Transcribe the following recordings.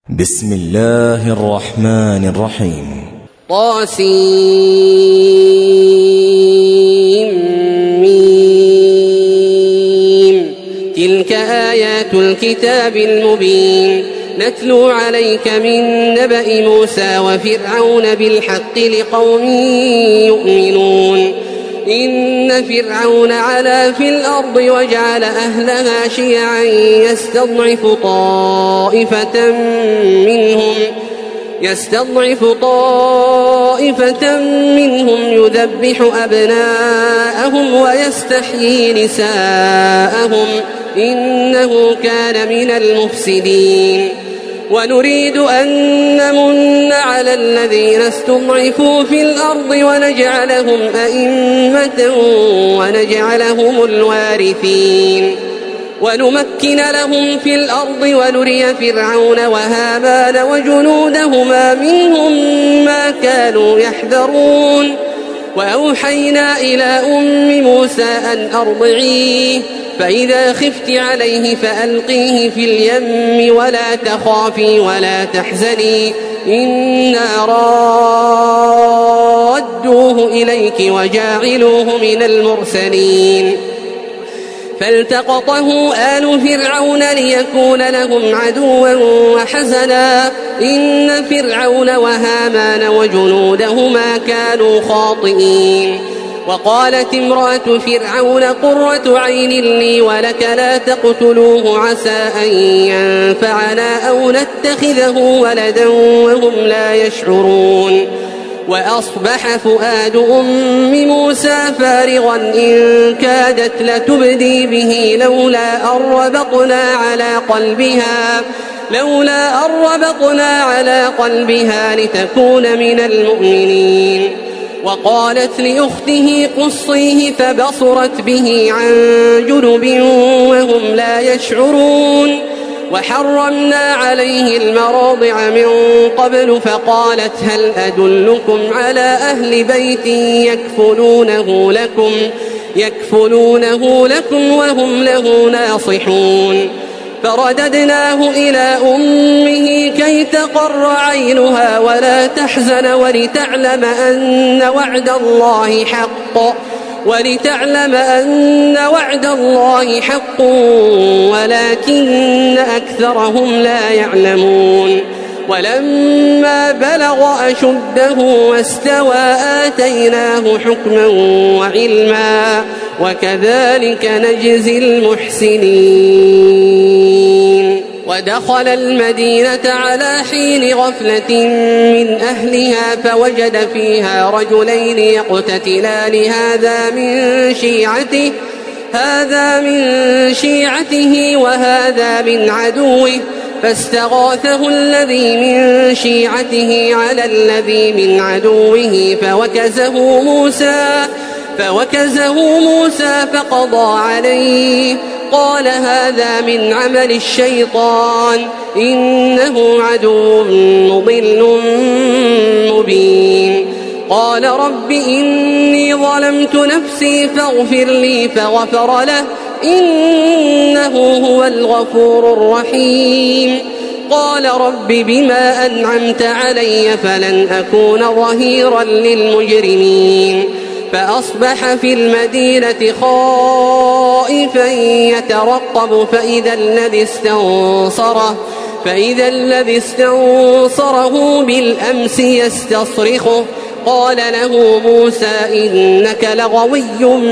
بسم الله الرحمن الرحيم. طاسيم. تلك آيات الكتاب المبين نتلو عليك من نبأ موسى وفرعون بالحق لقوم يؤمنون. إن فرعون علا في الأرض وجعل أهلها شيعا يستضعف طائفة منهم يذبح أبناءهم ويستحيي نساءهم إنه كان من المفسدين. ونريد أن نمن على الذين استضعفوا في الأرض ونجعلهم أئمة ونجعلهم الوارثين ونمكن لهم في الأرض ونري فرعون وهامان وجنودهما منهم ما كانوا يحذرون. وأوحينا إلى أم موسى أن أرضعيه فإذا خفت عليه فألقيه في اليم ولا تخافي ولا تحزني إنا رادوه إليك وجاعلوه من المرسلين. فالتقطه آل فرعون ليكون لهم عدوا وحزنا إن فرعون وهامان وجنودهما كانوا خاطئين. وقالت امرأة فرعون قرة عين لي ولك لا تقتلوه عسى أن ينفعنا أو نتخذه ولدا وهم لا يشعرون. وأصبح فؤاد أم موسى فارغا إن كادت لتبدي به لولا أن ربطنا على قلبها لتكون من المؤمنين. وقالت لأخته قصيه فبصرت به عن جنب وهم لا يشعرون. وحرمنا عليه المراضع من قبل فقالت هل أدلكم على أهل بيت يكفلونه لكم وهم له ناصحون. فرددناه إلى أمه كي تقر عينها ولا تحزن ولتعلم أن وعد الله حق ولكن أكثرهم لا يعلمون. ولما بلغ أشده واستوى آتيناه حكما وعلما وكذلك نجزي المحسنين. ودخل المدينة على حين غفلة من أهلها فوجد فيها رجلين يقتتلان هذا من شيعته وهذا من عدوه فاستغاثه الذي من شيعته على الذي من عدوه فوكزه موسى فقضى عليه. قال هذا من عمل الشيطان إنه عدو مضل مبين. قال رب إني ظلمت نفسي فاغفر لي فغفر له إنه هو الغفور الرحيم. قال رب بما أنعمت علي فلن أكون ظهيرا للمجرمين. فأصبح في المدينة خائفا يترقب فإذا الذي استنصره بالأمس يستصرخه. قال له موسى إنك لغوي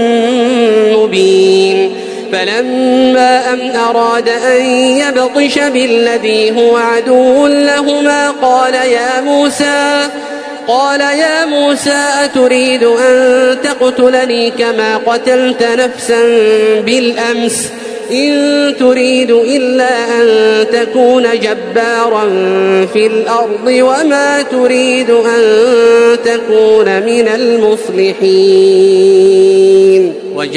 مبين. فلما أن أراد أن يبطش بالذي هو عدو لهما قال يا موسى أتريد أن تقتلني كما قتلت نفسا بالأمس إن تريد إلا أن تكون جبارا في الأرض وما تريد أن تكون من المصلحين.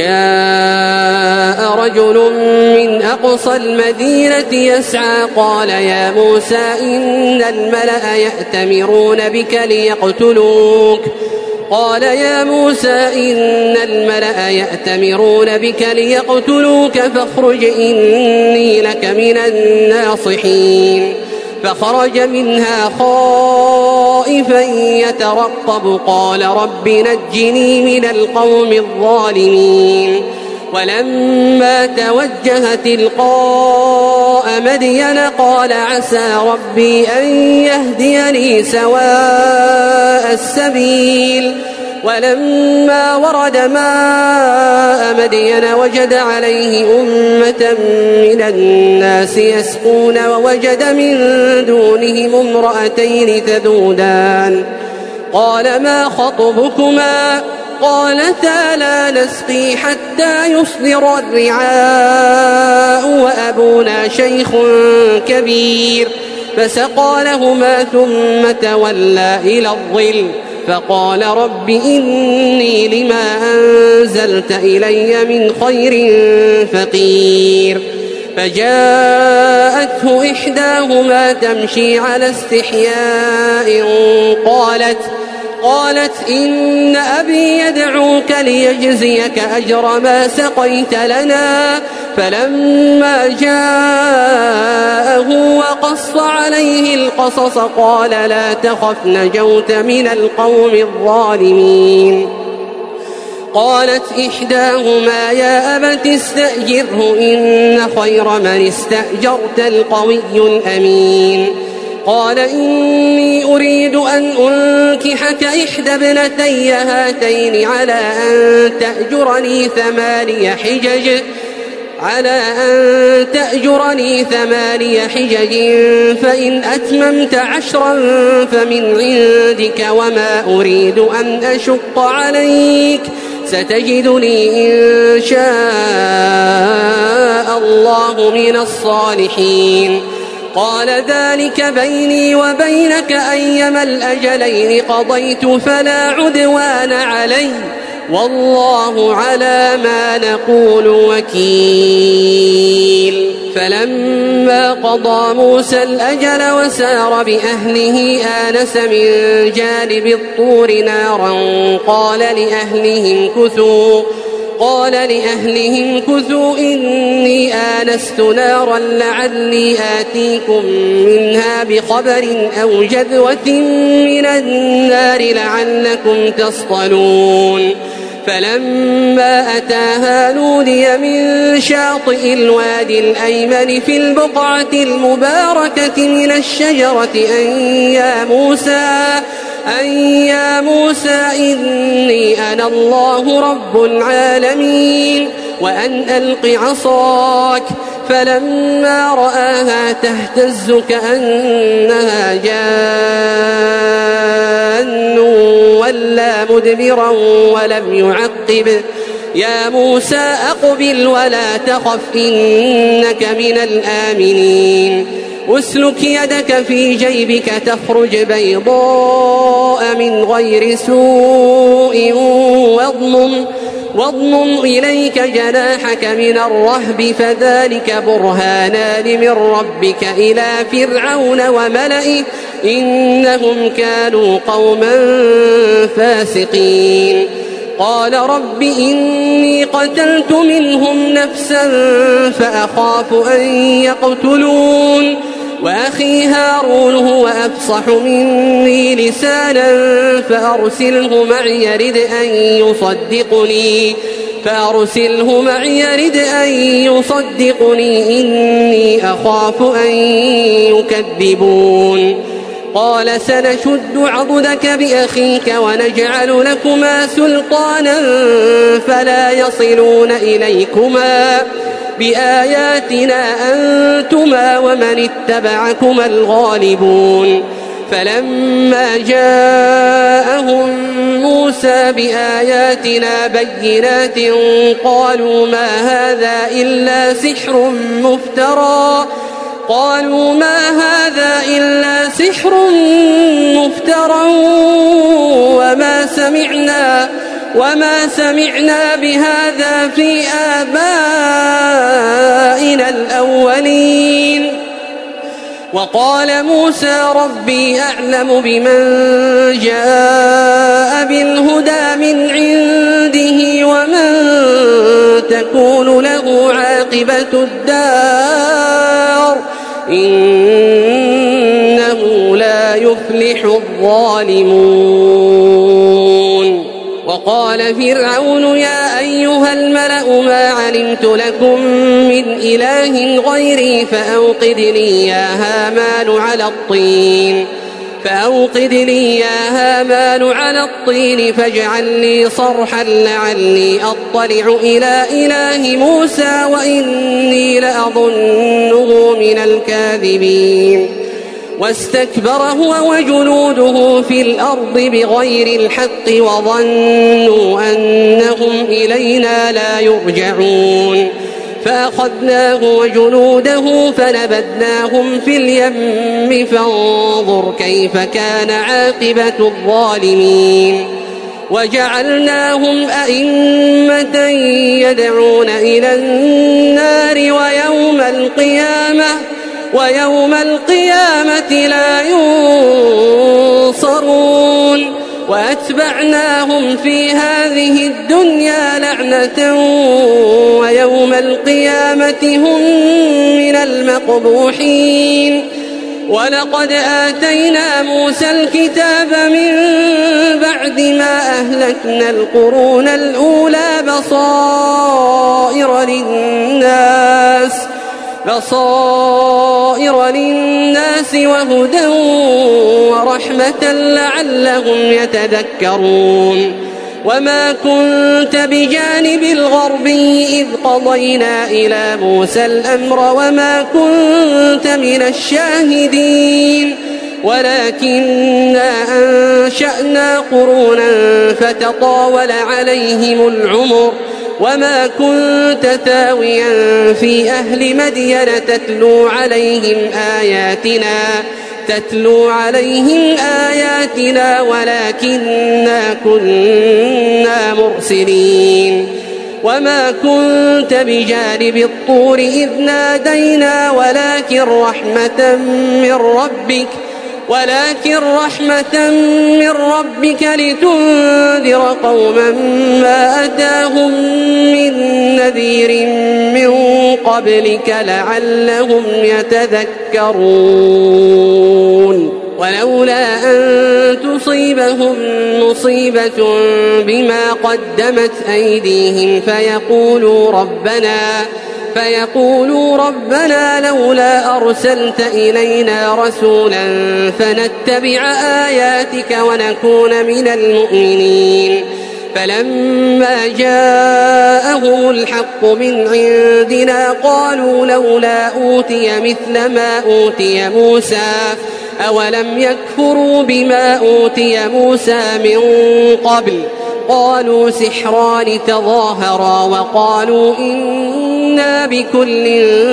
وجاء رجل من أقصى المدينة يسعى قال يا موسى إن الملأ يأتمرون بك ليقتلوك قال يا موسى إن الملأ يأتمرون بك ليقتلوك فاخرج إني لك من الناصحين فخرج منها خائفا يترقب قال رب نجني من القوم الظالمين ولما توجه تلقاء مدين قال عسى ربي أن يهديني سواء السبيل ولما ورد ماء مدين وجد عليه أمة من الناس يسقون ووجد من دونهم امرأتين تذودان قال ما خطبكما قالتا لا نسقي حتى يصدر الرعاء وأبونا شيخ كبير فسقى لهما ثم تولى إلى الظل فقال رب إني لما أنزلت إلي من خير فقير فجاءته إحداهما تمشي على استحياء قالت إن أبي يدعوك ليجزيك أجر ما سقيت لنا فلما جاءه وقص عليه القصص قال لا تخف نجوت من القوم الظالمين قالت إحداهما يا أبت استأجره إن خير من استأجرت القوي الأمين قال إني أريد أن أنكحك إحدى ابنتي هاتين على أن تأجرني 8 حجج فإن أتممت 10 فمن عندك وما أريد أن أشق عليك ستجدني إن شاء الله من الصالحين قال ذلك بيني وبينك أيما الأجلين قضيت فلا عدوان علي والله على ما نقول وكيل فلما قضى موسى الأجل وسار بأهله آنس من جانب الطور نارا قال لأهلهم كثوا إني آنست نارا لعلي آتيكم منها بخبر أو جذوة من النار لعلكم تصطلون فلما أتاها نودي من شاطئ الوادي الأيمن في البقعة المباركة من الشجرة أن يا موسى إني أنا الله رب العالمين وأن ألق عصاك فلما رآها تهتز كأنها جان ولا مدبرا ولم يعقب يا موسى أقبل ولا تخف إنك من الآمنين أسلك يدك في جيبك تخرج بيضاء من غير سوء واضمم إليك جناحك من الرهب فذلك برهانان من ربك إلى فرعون وملئه إنهم كانوا قوما فاسقين قال رب إني قتلت منهم نفسا فأخاف أن يقتلون وأخي هارون هو أفصح مني لسانا فأرسله معي يرد أن يصدقني إني أخاف أن يكذبون قال سنشد عضدك بأخيك ونجعل لكما سلطانا فلا يصلون إليكما بآياتنا أنتما ومن اتبعكما الغالبون فلما جاءهم موسى بآياتنا بينات قالوا ما هذا إلا سحر مفترى وما سمعنا بهذا في آبائنا الأولين وقال موسى ربي أعلم بمن جاء بالهدى من عنده ومن تكون له عاقبة الدار يفلح الظالمون. وقال فرعون يا أيها الملأ ما علمت لكم من إله غيري فأوقد لي يا هامان على الطين فاجعل لي صرحا لعلي أطلع إلى إله موسى وإني لأظنه من الكاذبين. واستكبر هو وجنوده في الأرض بغير الحق وظنوا أنهم إلينا لا يرجعون. فأخذناه وجنوده فنبذناهم في اليم فانظر كيف كان عاقبة الظالمين. وجعلناهم أئمة يدعون إلى النار ويوم القيامة لا ينصرون. وأتبعناهم في هذه الدنيا لعنة ويوم القيامة هم من المقبوحين. ولقد آتينا موسى الكتاب من بعد ما أهلكنا القرون الأولى بصائر للناس وهدى ورحمة لعلهم يتذكرون. وما كنت بجانب الغربي إذ قضينا إلى موسى الأمر وما كنت من الشاهدين ولكننا أنشأنا قرونا فتطاول عليهم العمر وما كنت ثاويا في أهل مدين تتلو عليهم آياتنا ولكننا كنا مرسلين. وما كنت بجانب الطور إذ نادينا ولكن رحمة من ربك لتنذر قوما ما أتاهم من نذير من قبلك لعلهم يتذكرون. ولولا أن تصيبهم مصيبة بما قدمت أيديهم فيقولوا ربنا لولا أرسلت إلينا رسولا فنتبع آياتك ونكون من المؤمنين. فلما جاءهم الحق من عندنا قالوا لولا أوتي مثل ما أوتي موسى أولم يكفروا بما أوتي موسى من قبل قالوا سحران تظاهرا وقالوا إنا بكل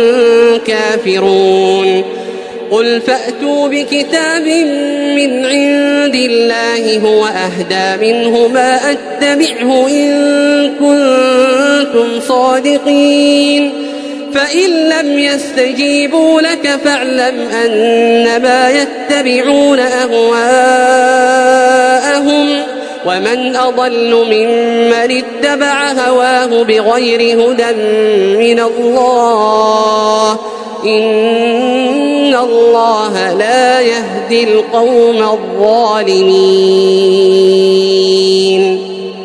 كافرون. قل فأتوا بكتاب من عند الله هو أهدى منه ما أتبعه إن كنتم صادقين. فإن لم يستجيبوا لك فاعلم أنما يتبعون أهواءهم ومن أضل ممن اتبع هواه بغير هدى من الله إن الله لا يهدي القوم الظالمين.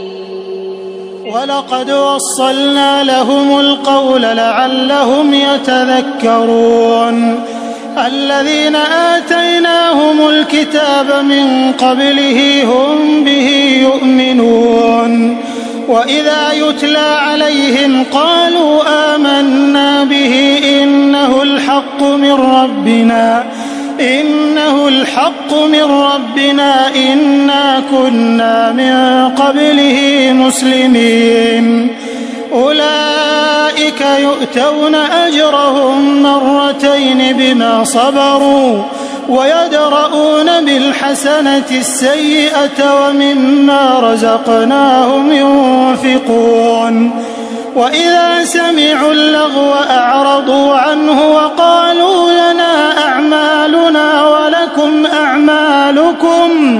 ولقد وصلنا لهم القول لعلهم يتذكرون. الذين آتيناهم الكتاب من قبله هم به يؤمنون. وإذا يتلى عليهم قالوا آمنا به إنه الحق من ربنا إنا كنا من قبله مسلمين. أولئك يؤتون أجرهم مرتين بما صبروا ويدرؤون بالحسنة السيئة ومما رزقناهم ينفقون. وإذا سمعوا اللغو أعرضوا عنه وقالوا لنا أعمالنا ولكم أعمالكم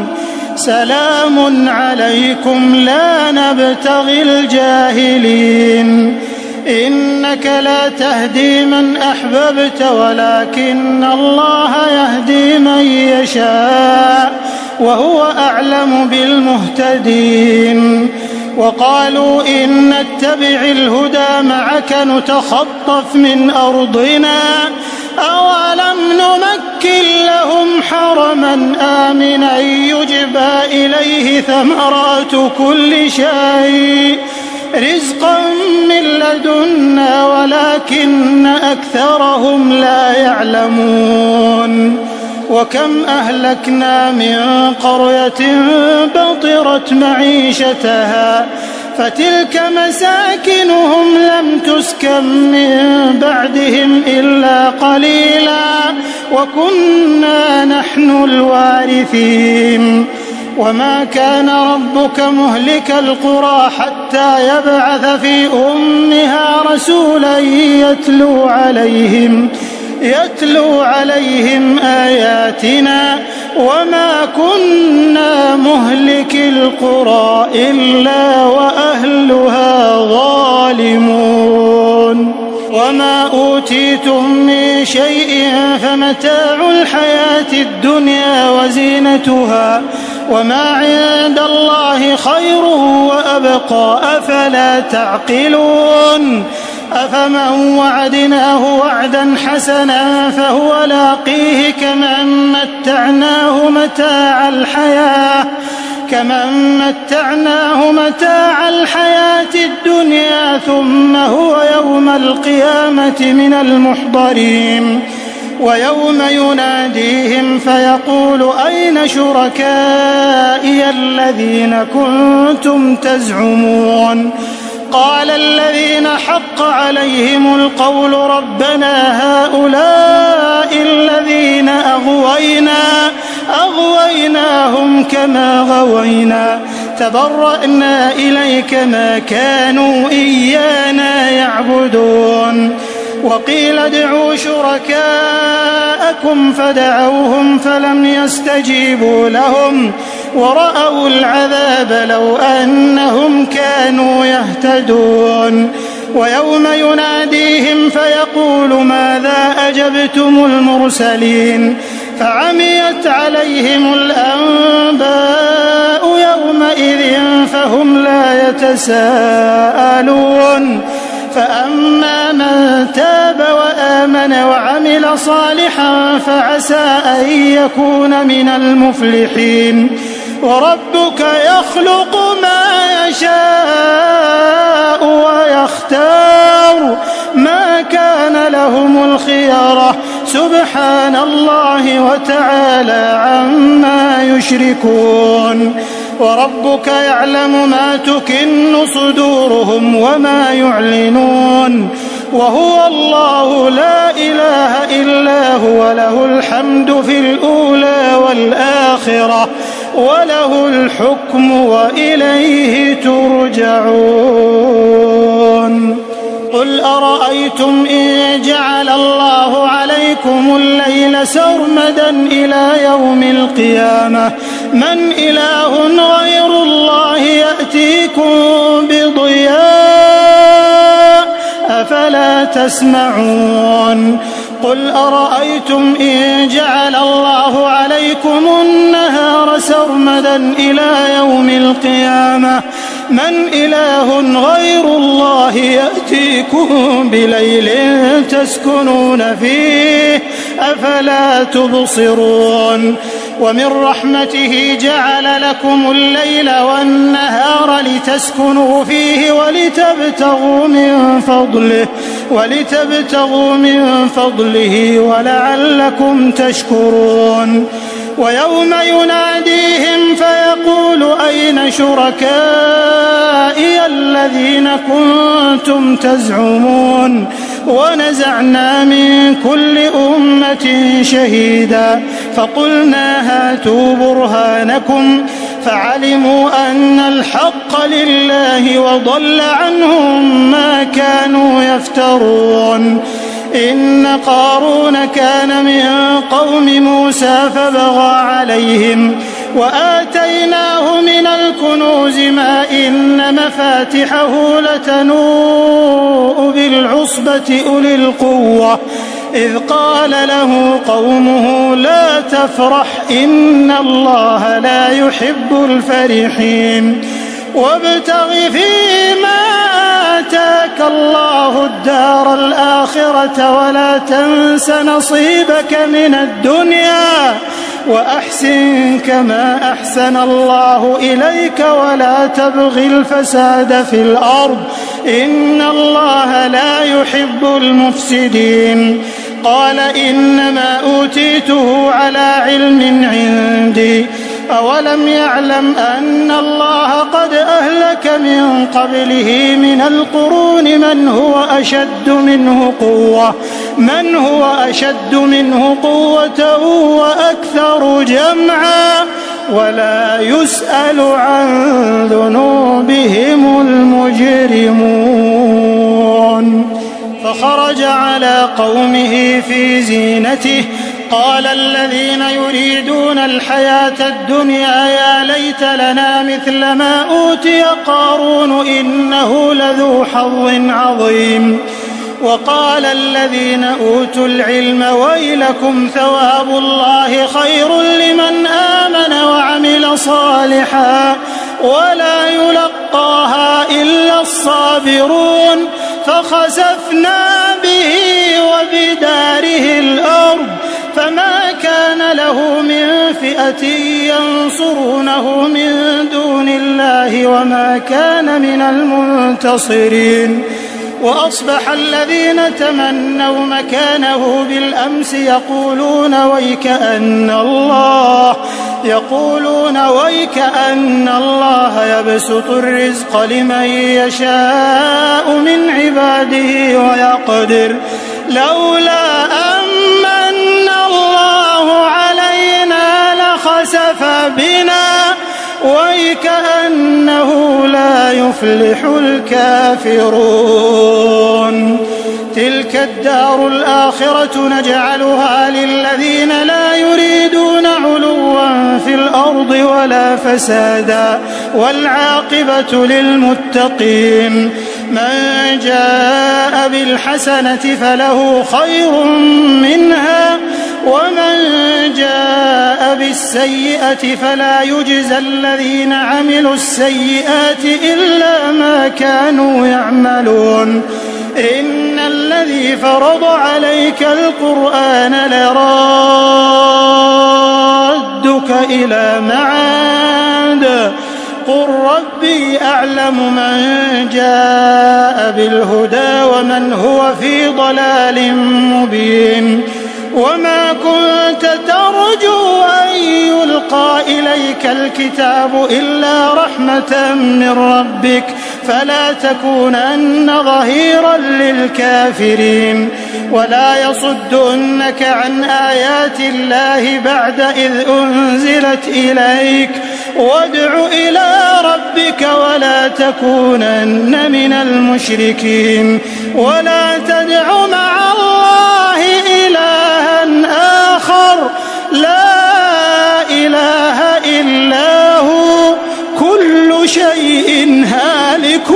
سلام عليكم لا نبتغي الجاهلين. إنك لا تهدي من أحببت ولكن الله يهدي من يشاء وهو أعلم بالمهتدين. وقالوا إن نتبع الهدى معك نتخطف من أرضنا أولم نمكن لهم حرما آمنا يجبى إليه ثمرات كل شيء رزقا من لدنا ولكن أكثرهم لا يعلمون. وكم أهلكنا من قرية بطرت معيشتها فتلك مساكنهم لم تسكن من بعدهم إلا قليلا وكنا نحن الوارثين. وما كان ربك مهلك القرى حتى يبعث في أمها رسولا يتلو عليهم آياتنا وما كنا مهلك القرى إلا وأهلها ظالمون. وما أوتيتم من شيء فمتاع الحياة الدنيا وزينتها وما عند الله خير وأبقى أفلا تعقلون. أفمن وعدناه وعدا حسنا فهو لاقيه كمن متعناه متاع الحياة الدنيا ثم هو يوم القيامة من المحضرين. ويوم يناديهم فيقول أين شركائي الذين كنتم تزعمون قال الذين حق عليهم القول ربنا هؤلاء الذين أغويناهم كما غوينا تبرأنا إليك ما كانوا إيانا يعبدون. وقيل ادعوا شركاءكم فدعوهم فلم يستجيبوا لهم ورأوا العذاب لو أنهم كانوا يهتدون. ويوم يناديهم فيقول ماذا أجبتم المرسلين فعميت عليهم الأنباء يومئذ فهم لا يتساءلون. فأما من تاب وآمن وعمل صالحا فعسى أن يكون من المفلحين. وربك يخلق ما يشاء ويختار ما كان لهم الخيرة سبحان الله وتعالى عما يشركون. وربك يعلم ما تكن صدورهم وما يعلنون وهو الله لا إله إلا هو له الحمد في الأولى والآخرة وله الحكم وإليه ترجعون. قل أرأيتم إن جعل الله عليكم الليل سرمدا إلى يوم القيامة من إله غير الله يأتيكم بضياء أفلا تسمعون. قل أرأيتم إن جعل الله عليكم النهار سرمدا إلى يوم القيامة من إله غير الله يأتيكم بليل تسكنون فيه أفلا تبصرون. ومن رحمته جعل لكم الليل والنهار لتسكنوا فيه ولتبتغوا من فضله ولعلكم تشكرون. ويوم يناديهم فيقول أين شركائي الذين كنتم تزعمون ونزعنا من كل أمة شهيدا فقلنا هاتوا برهانكم فعلموا أن الحق لله وضل عنهم ما كانوا يفترون. إن قارون كان من قوم موسى فبغى عليهم وآتيناه من الكنوز ما إن مفاتحه لتنوء بالعصبة أولي القوة إذ قال له قومه لا تفرح إن الله لا يحب الفرحين وابتغ فيما آتاك الله الدار الآخرة ولا تنس نصيبك من الدنيا وأحسن كما أحسن الله إليك ولا تبغ الفساد في الأرض إن الله لا يحب المفسدين قال إنما أوتيته على علم عندي أولم يعلم أن الله قد أهلك من قبله من القرون من هو أشد منه قوة وأكثر جمعا ولا يسأل عن ذنوبهم المجرمون فخرج على قومه في زينته قال الذين يريدون الحياة الدنيا يا ليت لنا مثل ما أوتي قارون إنه لذو حظ عظيم وقال الذين أوتوا العلم ويلكم ثواب الله خير لمن آمن وعمل صالحا ولا يلقاها إلا الصابرون فخسفنا به وبداره الأرض فما كان له من فئة ينصرونه من دون الله وما كان من المنتصرين وأصبح الذين تمنوا مكانه بالأمس يقولون ويكأن الله يبسط الرزق لمن يشاء من عباده ويقدر لولا أمن الله علينا لخسف بنا ويكأنه لا يفلح الكافرون تلك الدار الآخرة نجعلها للذين لا يريدون علوا في الأرض ولا فسادا والعاقبة للمتقين من جاء بالحسنة فله خير منها ومن جاء بالسيئة فلا يجزى الذين عملوا السيئات إلا ما كانوا يعملون إن الذي فرض عليك القرآن لرادك إلى معاد قل ربي أعلم من جاء بالهدى ومن هو في ضلال مبين وما كنت ترجو أن يلقى إليك الكتاب إلا رحمة من ربك فلا تكونن ظهيرا للكافرين ولا يصدنك عن آيات الله بعد إذ أنزلت إليك وادع إلى ربك ولا تكونن من المشركين ولا تدع مع الله إلها آخر لا إله إلا هو كل شيء هالك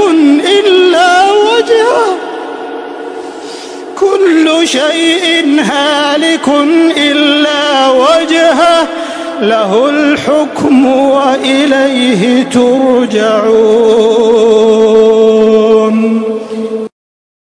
إلا وجهه له الحكم وإليه ترجعون